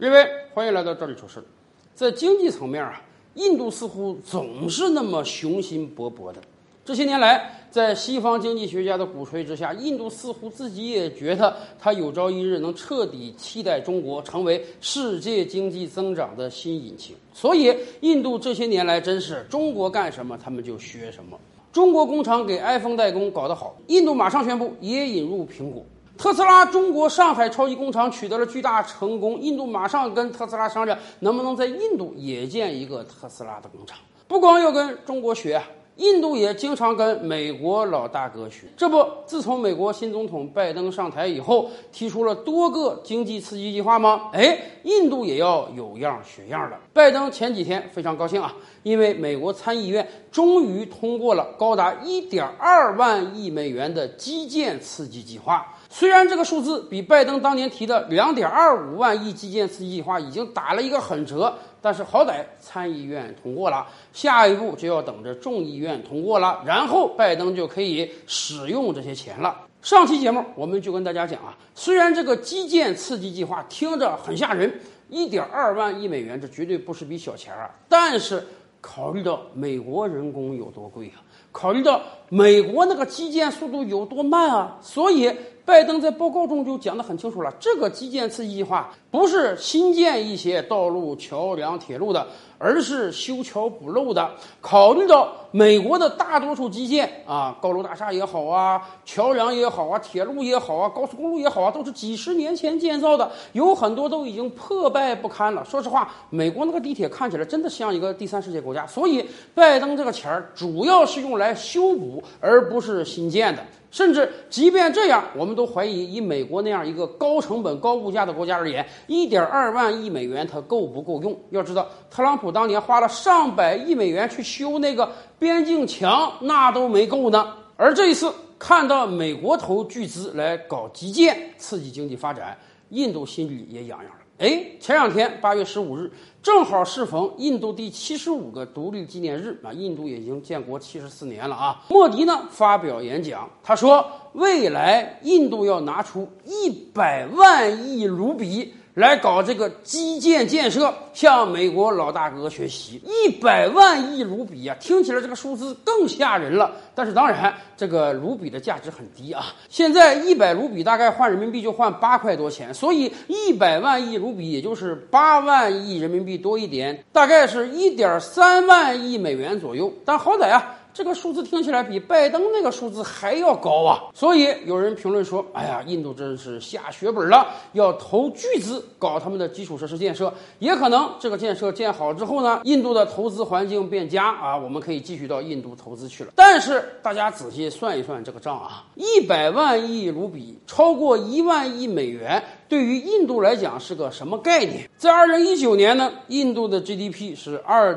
各位，欢迎来到这里说事。在经济层面啊，印度似乎总是那么雄心勃勃的。这些年来，在西方经济学家的鼓吹之下，印度似乎自己也觉得它有朝一日能彻底替代中国，成为世界经济增长的新引擎。所以，印度这些年来真是中国干什么他们就学什么。中国工厂给 iPhone 代工搞得好，印度马上宣布也引入苹果。特斯拉中国上海超级工厂取得了巨大成功，印度马上跟特斯拉商量，能不能在印度也建一个特斯拉的工厂。不光要跟中国学啊，印度也经常跟美国老大哥学。这不，自从美国新总统拜登上台以后，提出了多个经济刺激计划吗？印度也要有样学样了。拜登前几天非常高兴啊，因为美国参议院终于通过了高达1.2万亿美元的基建刺激计划。虽然这个数字比拜登当年提的2.25万亿基建刺激计划已经打了一个狠折，但是好歹参议院通过了，下一步就要等着众议院通过了，然后拜登就可以使用这些钱了。上期节目我们就跟大家讲啊，虽然这个基建刺激计划听着很吓人，1.2万亿美元，这绝对不是笔小钱啊，但是考虑到美国人工有多贵啊，考虑到美国那个基建速度有多慢啊，所以拜登在报告中就讲得很清楚了，这个基建刺激计划不是新建一些道路、桥梁、铁路的，而是修桥补漏的。考虑到美国的大多数基建啊，高楼大厦也好啊，桥梁也好啊，铁路也好啊，高速公路也好啊，都是几十年前建造的，有很多都已经破败不堪了。说实话，美国那个地铁看起来真的像一个第三世界国家，所以拜登这个钱儿主要是用来修补，而不是新建的。甚至即便这样，我们都怀疑以美国那样一个高成本高物价的国家而言，1.2万亿美元它够不够用？要知道特朗普当年花了上百亿美元去修那个边境墙，那都没够呢。而这一次看到美国投巨资来搞基建刺激经济发展，印度心里也痒痒了。前两天8月15日正好适逢印度第75个独立纪念日啊，印度已经建国74年了啊。莫迪呢发表演讲，他说未来印度要拿出100万亿卢比来搞这个基建建设，向美国老大哥学习。100万亿卢比啊，听起来这个数字更吓人了。但是当然，这个卢比的价值很低啊。现在100卢比大概换人民币就换8块多钱，所以100万亿卢比也就是8万亿人民币多一点，大概是1.3万亿美元左右。但好歹啊，这个数字听起来比拜登那个数字还要高啊！所以有人评论说：“哎呀，印度真是下血本了，要投巨资搞他们的基础设施建设。也可能这个建设建好之后呢，印度的投资环境变佳啊，我们可以继续到印度投资去了。但是大家仔细算一算这个账啊，100万亿卢比超过1万亿美元。”对于印度来讲是个什么概念？在2019年呢，印度的 GDP 是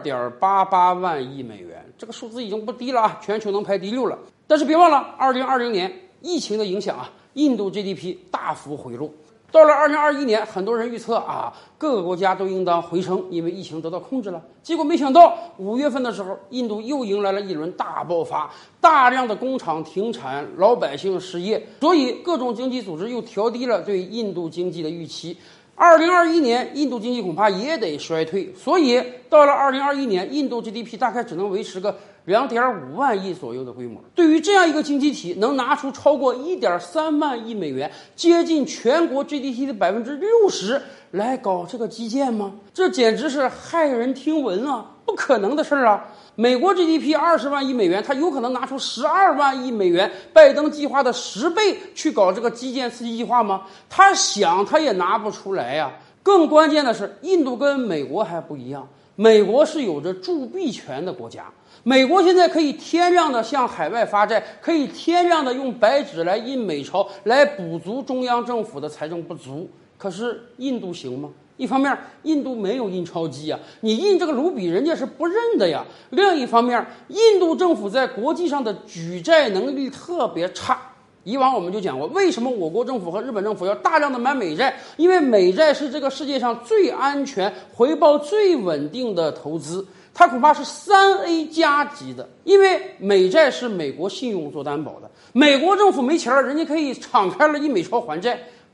2.88万亿美元，这个数字已经不低了啊，全球能排第6了。但是别忘了，2020年疫情的影响啊，印度 GDP 大幅回落。到了2021年，很多人预测啊，各个国家都应当回升，因为疫情得到控制了。结果没想到5月份的时候，印度又迎来了一轮大爆发，大量的工厂停产，老百姓失业，所以各种经济组织又调低了对印度经济的预期。2021年，印度经济恐怕也得衰退，所以到了2021年，印度 GDP 大概只能维持个2.5万亿左右的规模。对于这样一个经济体，能拿出超过1.3万亿美元，接近全国 GDP 的60%来搞这个基建吗？这简直是骇人听闻啊！不可能的事儿啊！美国 GDP 20万亿美元，它有可能拿出12万亿美元，拜登计划的10倍去搞这个基建刺激计划吗？他想他也拿不出来呀。更关键的是，印度跟美国还不一样，美国是有着铸币权的国家。美国现在可以天量的向海外发债，可以天量的用白纸来印美钞，来补足中央政府的财政不足。可是印度行吗？一方面，印度没有印钞机啊，你印这个卢比人家是不认的呀。另一方面，印度政府在国际上的举债能力特别差。以往我们就讲过，为什么我国政府和日本政府要大量的买美债？因为美债是这个世界上最安全、回报最稳定的投资，它恐怕是3A 加级的。因为美债是美国信用做担保的，美国政府没钱了，人家可以敞开了印美钞还债。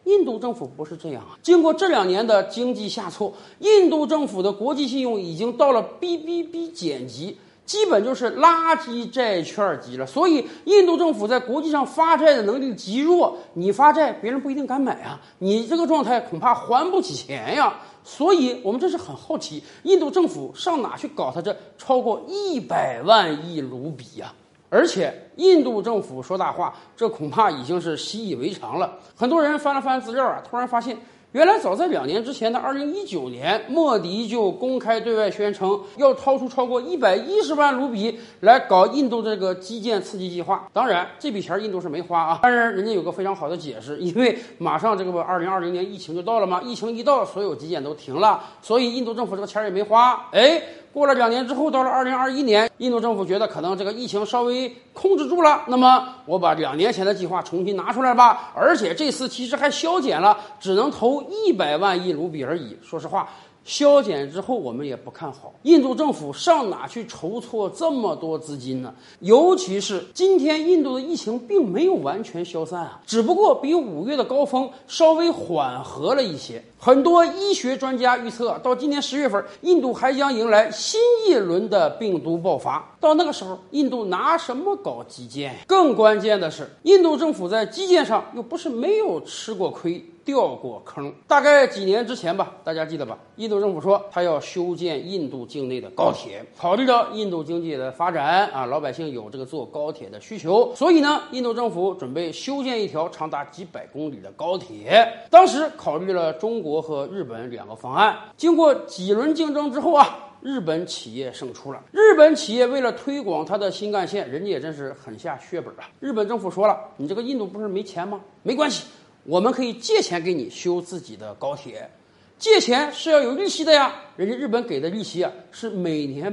印度政府不是这样啊。经过这2年的经济下挫，印度政府的国际信用已经到了 BBB 减级，基本就是垃圾债券级了。所以印度政府在国际上发债的能力极弱，你发债别人不一定敢买啊，你这个状态恐怕还不起钱呀。所以我们真是很好奇，印度政府上哪去搞它这超过100万亿卢比呀？而且印度政府说大话，这恐怕已经是习以为常了。很多人翻了翻资料啊，突然发现原来早在2年之前的2019年，莫迪就公开对外宣称要掏出超过110万卢比来搞印度这个基建刺激计划。当然这笔钱印度是没花啊，但是人家有个非常好的解释，因为马上这个2020年疫情就到了嘛，疫情一到所有基建都停了，所以印度政府这个钱也没花。过了2年之后，到了2021年，印度政府觉得可能这个疫情稍微控制住了，那么我把2年前的计划重新拿出来吧，而且这次其实还削减了，只能投100万亿卢比而已。说实话，削减之后我们也不看好，印度政府上哪去筹措这么多资金呢？尤其是今天印度的疫情并没有完全消散啊，只不过比5月的高峰稍微缓和了一些。很多医学专家预测，到今年10月份，印度还将迎来新一轮的病毒爆发。到那个时候，印度拿什么搞基建？更关键的是，印度政府在基建上又不是没有吃过亏，掉过坑。大概几年之前吧，大家记得吧？印度政府说他要修建印度境内的高铁，考虑到印度经济的发展啊，老百姓有这个坐高铁的需求，所以呢，印度政府准备修建一条长达几百公里的高铁。当时考虑了中国和日本2个方案，经过几轮竞争之后啊，日本企业胜出了。日本企业为了推广它的新干线，人家也真是狠下血本啊。日本政府说了，你这个印度不是没钱吗？没关系，我们可以借钱给你修自己的高铁。借钱是要有利息的呀，人家日本给的利息啊是每年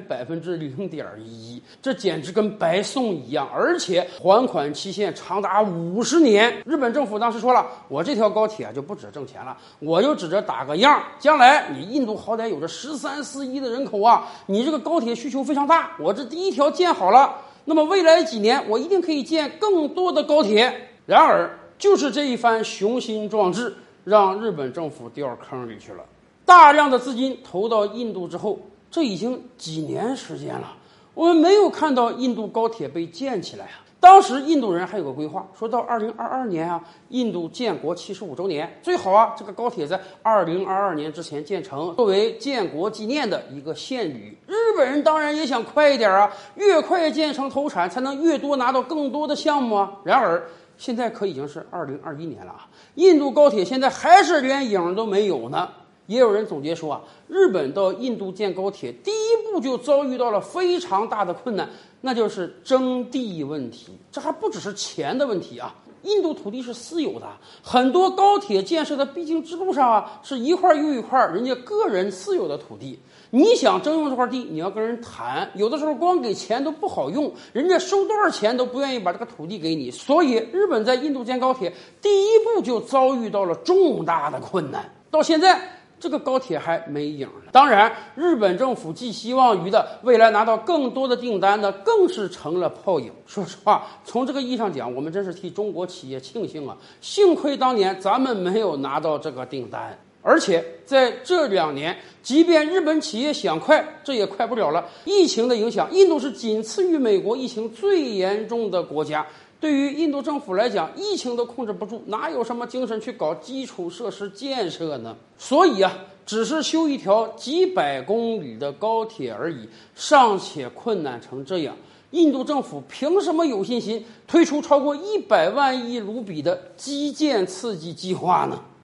0.11%，这简直跟白送一样，而且还款期限长达50年。日本政府当时说了，我这条高铁就不指挣钱了，我就指着打个样，将来你印度好歹有着13-14亿的人口啊，你这个高铁需求非常大，我这第一条建好了，那么未来几年我一定可以建更多的高铁。然而就是这一番雄心壮志让日本政府掉坑里去了。大量的资金投到印度之后，这已经几年时间了，我们没有看到印度高铁被建起来啊。当时印度人还有个规划，说到2022年啊，印度建国75周年，最好啊这个高铁在2022年之前建成，作为建国纪念的一个献礼。日本人当然也想快一点啊，越快建成投产，才能越多拿到更多的项目啊。然而现在可已经是2021年了啊，印度高铁现在还是连影都没有呢。也有人总结说啊，日本到印度建高铁第一步就遭遇到了非常大的困难，那就是征地问题。这还不只是钱的问题啊，印度土地是私有的，很多高铁建设的必经之路上啊，是一块又一块人家个人私有的土地。你想征用这块地，你要跟人谈，有的时候光给钱都不好用，人家收多少钱都不愿意把这个土地给你。所以日本在印度建高铁第一步就遭遇到了重大的困难，到现在这个高铁还没影呢。当然，日本政府寄希望于的未来拿到更多的订单呢，更是成了泡影。说实话，从这个意义上讲，我们真是替中国企业庆幸啊！幸亏当年咱们没有拿到这个订单。而且在这2年，即便日本企业想快，这也快不了了。疫情的影响，印度是仅次于美国疫情最严重的国家。对于印度政府来讲，疫情都控制不住，哪有什么精神去搞基础设施建设呢？所以啊，只是修一条几百公里的高铁而已，尚且困难成这样，印度政府凭什么有信心推出超过100万亿卢比的基建刺激计划呢？